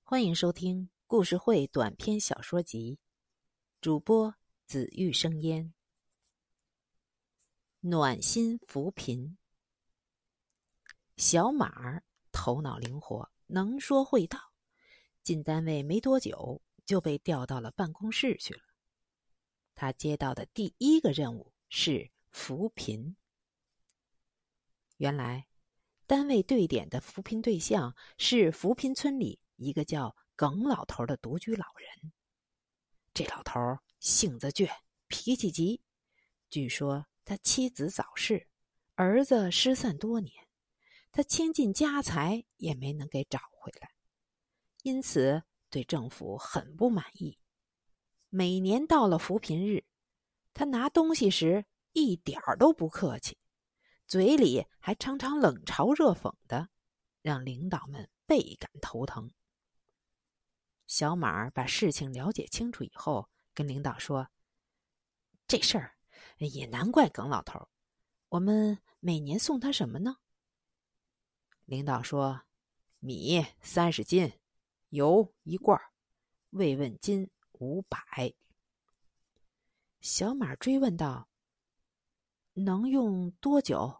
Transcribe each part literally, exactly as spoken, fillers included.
欢迎收听故事会短篇小说集，主播紫玉生烟。暖心扶贫。小马儿头脑灵活，能说会道，进单位没多久就被调到了办公室去了。他接到的第一个任务是扶贫。原来单位对点的扶贫对象是扶贫村里一个叫耿老头的独居老人。这老头性子倔，脾气急，据说他妻子早逝，儿子失散多年，他倾尽家财也没能给找回来，因此对政府很不满意。每年到了扶贫日，他拿东西时一点儿都不客气，嘴里还常常冷嘲热讽的，让领导们倍感头疼。小马把事情了解清楚以后，跟领导说：“这事儿也难怪耿老头，我们每年送他什么呢？”领导说：“米三十斤，油一罐，慰问金五百。”小马追问道：“能用多久？”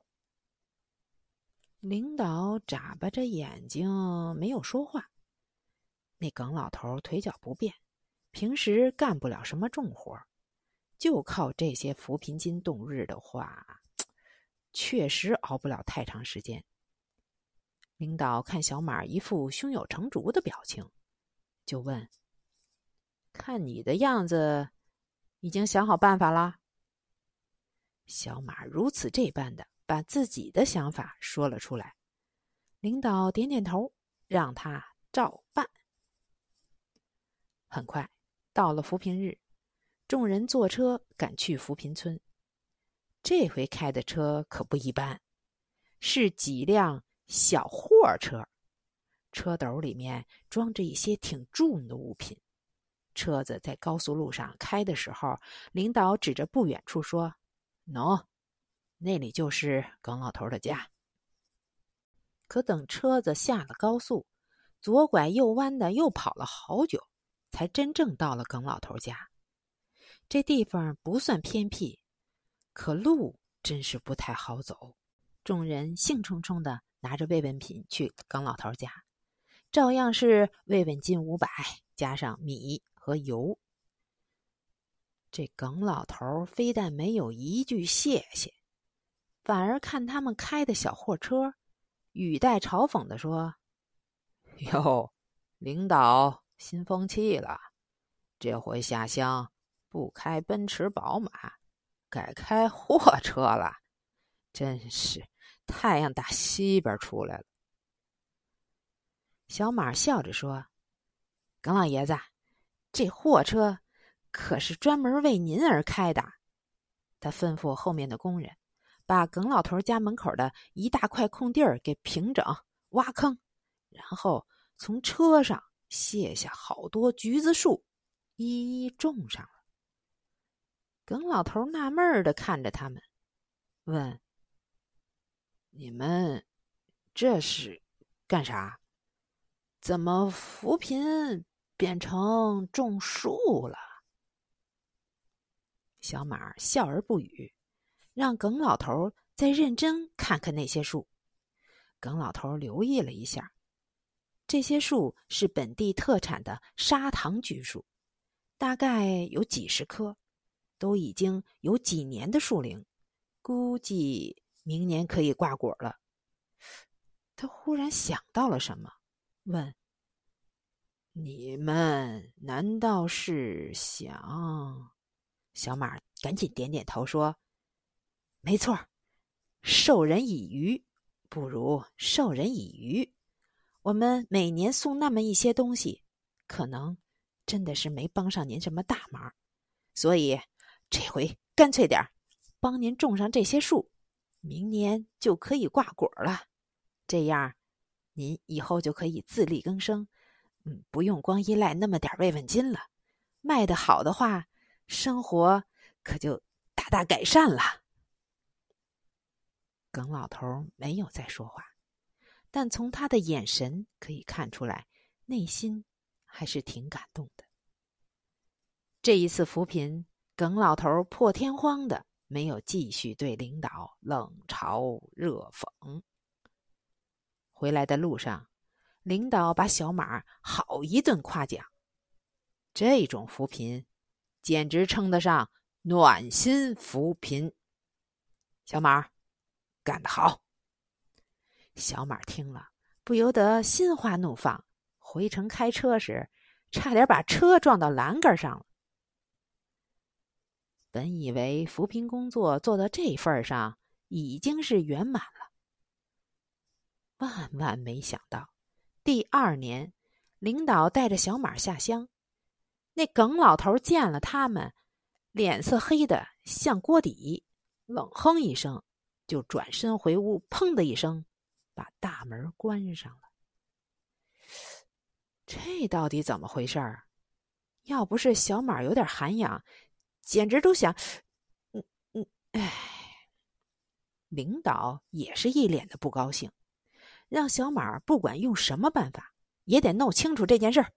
领导眨巴着眼睛没有说话。那耿老头腿脚不便，平时干不了什么重活，就靠这些扶贫金度日的话，确实熬不了太长时间。领导看小马一副胸有成竹的表情，就问：“看你的样子，已经想好办法啦？”小马如此这般的把自己的想法说了出来。领导点点头，让他照办。很快到了扶贫日，众人坐车赶去扶贫村。这回开的车可不一般，是几辆小货车，车斗里面装着一些挺重的物品。车子在高速路上开的时候，领导指着不远处说：“喏，那里就是耿老头的家。”可等车子下了高速，左拐右弯的又跑了好久，才真正到了耿老头家。这地方不算偏僻，可路真是不太好走。众人兴冲冲的拿着慰问品去耿老头家，照样是慰问金五百，加上米和油。这耿老头非但没有一句谢谢，反而看他们开的小货车，语带嘲讽的说：“哟，领导新风气了，这回下乡不开奔驰宝马，改开货车了，真是太阳打西边出来了。”小马笑着说：“耿老爷子，这货车可是专门为您而开的。”他吩咐后面的工人把耿老头家门口的一大块空地儿给平整挖坑，然后从车上卸下好多橘子树，一一种上了。耿老头纳闷的看着他们，问：“你们这是干啥？怎么扶贫变成种树了？”小马笑而不语，让耿老头再认真看看那些树。耿老头留意了一下，这些树是本地特产的砂糖橘树，大概有几十棵，都已经有几年的树龄，估计明年可以挂果了。他忽然想到了什么，问：“你们难道是想……”小马赶紧点点头说：“没错，授人以鱼不如授人以渔。我们每年送那么一些东西，可能真的是没帮上您什么大忙，所以这回干脆点，帮您种上这些树，明年就可以挂果了。这样您以后就可以自力更生，嗯，不用光依赖那么点慰问金了。卖得好的话，生活可就大大改善了。”耿老头没有再说话，但从他的眼神可以看出来，内心还是挺感动的。这一次扶贫，耿老头破天荒的没有继续对领导冷嘲热讽。回来的路上，领导把小马好一顿夸奖，这种扶贫简直称得上暖心扶贫。小马，干得好！小马听了，不由得心花怒放，回城开车时，差点把车撞到栏杆上了。本以为扶贫工作做到这份上已经是圆满了，万万没想到，第二年，领导带着小马下乡，那耿老头见了他们，脸色黑得像锅底，冷哼一声，就转身回屋，砰的一声把大门关上了。这到底怎么回事儿？要不是小马有点涵养，简直都想……嗯嗯，唉。领导也是一脸的不高兴，让小马不管用什么办法，也得弄清楚这件事儿。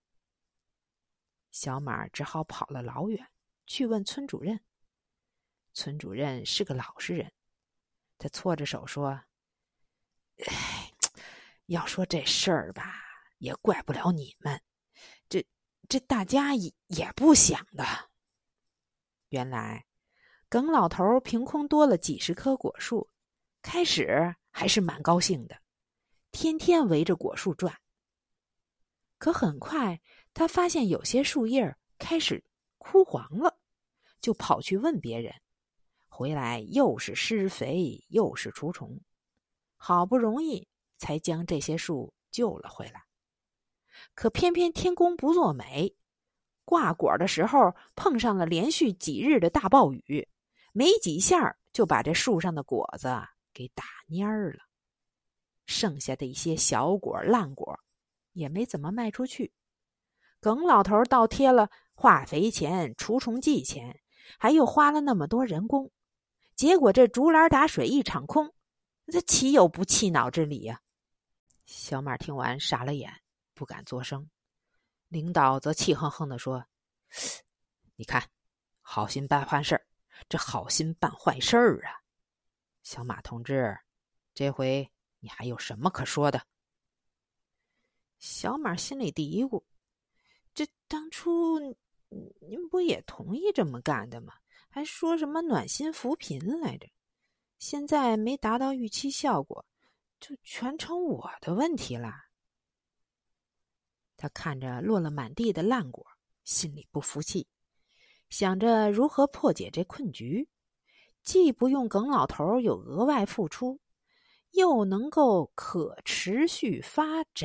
小马只好跑了老远，去问村主任。村主任是个老实人，他搓着手说：“哎，要说这事儿吧，也怪不了你们，这这大家也也不想的。原来耿老头凭空多了几十棵果树，开始还是蛮高兴的，天天围着果树转。可很快他发现有些树叶开始枯黄了，就跑去问别人，回来又是施肥又是除虫，好不容易才将这些树救了回来。可偏偏天公不作美，挂果的时候碰上了连续几日的大暴雨，没几下就把这树上的果子给打蔫儿了。剩下的一些小果烂果也没怎么卖出去。耿老头倒贴了化肥钱、除虫剂钱，还又花了那么多人工，结果这竹篮打水一场空，这岂有不气恼之理呀、啊？小马听完傻了眼，不敢作声。领导则气哼哼地说：“你看，好心办坏事，这好心办坏事儿啊！小马同志，这回你还有什么可说的？”小马心里嘀咕：“这当初您不也同意这么干的吗？还说什么暖心扶贫来着？现在没达到预期效果，就全成我的问题啦。”他看着落了满地的烂果，心里不服气，想着如何破解这困局，既不用耿老头有额外付出，又能够可持续发展。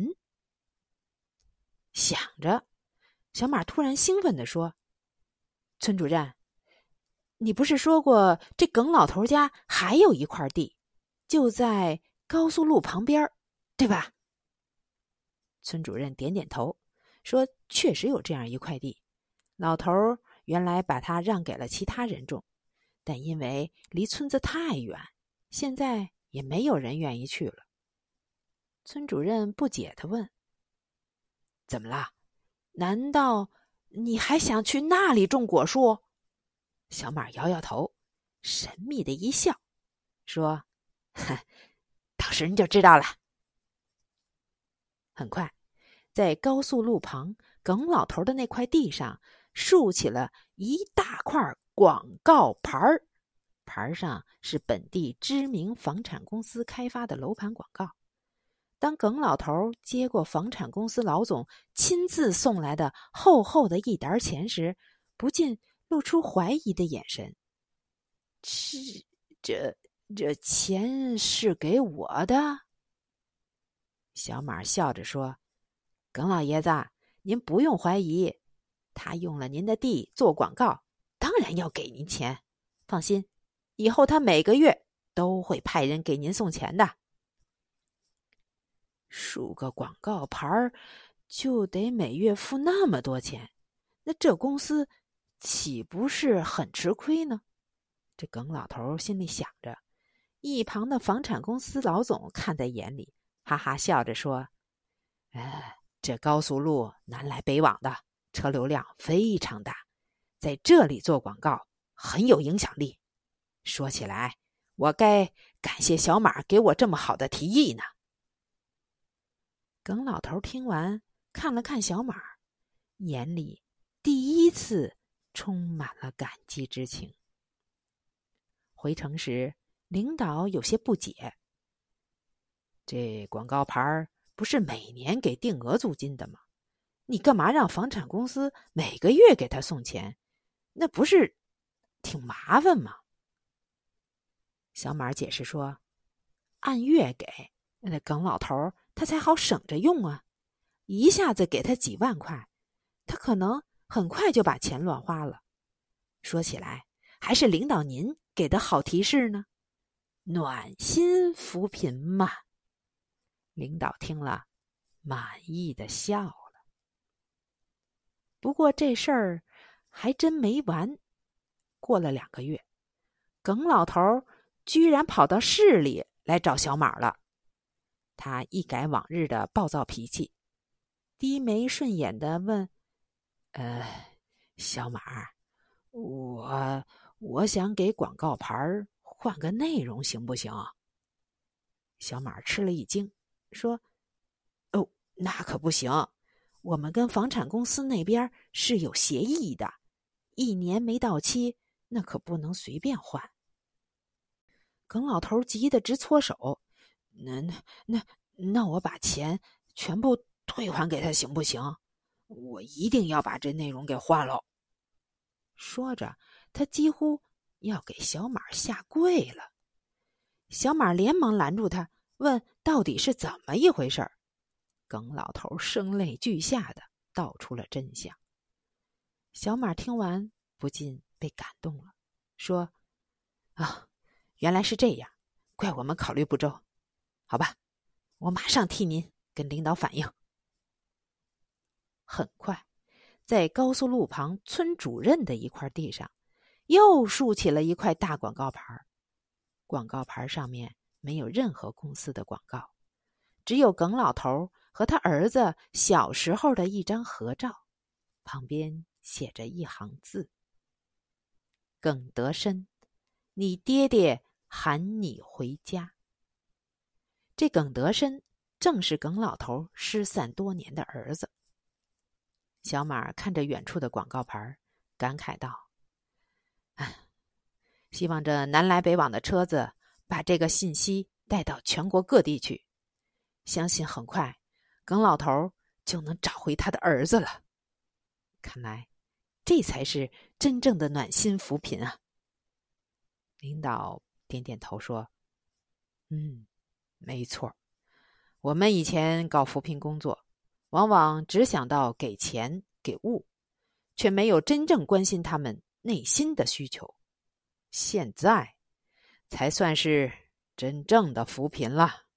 想着，小马突然兴奋地说：“村主任，你不是说过这耿老头家还有一块地，就在高速路旁边，对吧？”村主任点点头，说：“确实有这样一块地，老头原来把它让给了其他人种，但因为离村子太远，现在也没有人愿意去了。”村主任不解地问：“怎么了？难道你还想去那里种果树？”小马摇摇头，神秘的一笑，说：“到时你就知道了。”很快，在高速路旁耿老头的那块地上竖起了一大块广告牌儿，牌上是本地知名房产公司开发的楼盘广告。当耿老头接过房产公司老总亲自送来的厚厚的一沓钱时，不禁露出怀疑的眼神。这这这钱是给我的？小马笑着说：“耿老爷子，您不用怀疑，他用了您的地做广告，当然要给您钱。放心，以后他每个月都会派人给您送钱的。”竖个广告牌就得每月付那么多钱，那这公司岂不是很吃亏呢？这耿老头心里想着，一旁的房产公司老总看在眼里，哈哈笑着说：“哎， 这高速路南来北往的，车流量非常大，在这里做广告很有影响力。说起来，我该感谢小马给我这么好的提议呢。”耿老头听完，看了看小马，眼里第一次充满了感激之情。回城时，领导有些不解：“这广告牌不是每年给定额租金的吗？你干嘛让房产公司每个月给他送钱？那不是挺麻烦吗？”小马解释说：“按月给，那耿老头他才好省着用啊。一下子给他几万块，他可能很快就把钱乱花了。说起来，还是领导您给的好提示呢，暖心扶贫嘛。”领导听了，满意的笑了。不过这事儿还真没完。过了两个月，耿老头居然跑到市里来找小马了。他一改往日的暴躁脾气，低眉顺眼的问：“呃，小马，我我想给广告牌换个内容，行不行？”小马吃了一惊，说：“哦，那可不行，我们跟房产公司那边是有协议的，一年没到期，那可不能随便换。”耿老头急得直搓手：“那那那那我把钱全部退还给他行不行？我一定要把这内容给换了。”说着，他几乎要给小马下跪了。小马连忙拦住他，问到底是怎么一回事。耿老头声泪俱下的道出了真相。小马听完不禁被感动了，说：“啊，原来是这样，怪我们考虑不周。好吧，我马上替您跟领导反映。”很快，在高速路旁村主任的一块地上，又竖起了一块大广告牌。广告牌上面没有任何公司的广告，只有耿老头和他儿子小时候的一张合照，旁边写着一行字：“耿德申，你爹爹喊你回家。”这耿德申正是耿老头失散多年的儿子。小马看着远处的广告牌，感慨道：“唉，希望这南来北往的车子把这个信息带到全国各地去，相信很快耿老头就能找回他的儿子了。看来这才是真正的暖心扶贫啊。”领导点点头说：“嗯，没错，我们以前搞扶贫工作，往往只想到给钱给物，却没有真正关心他们内心的需求。现在才算是真正的扶贫了。”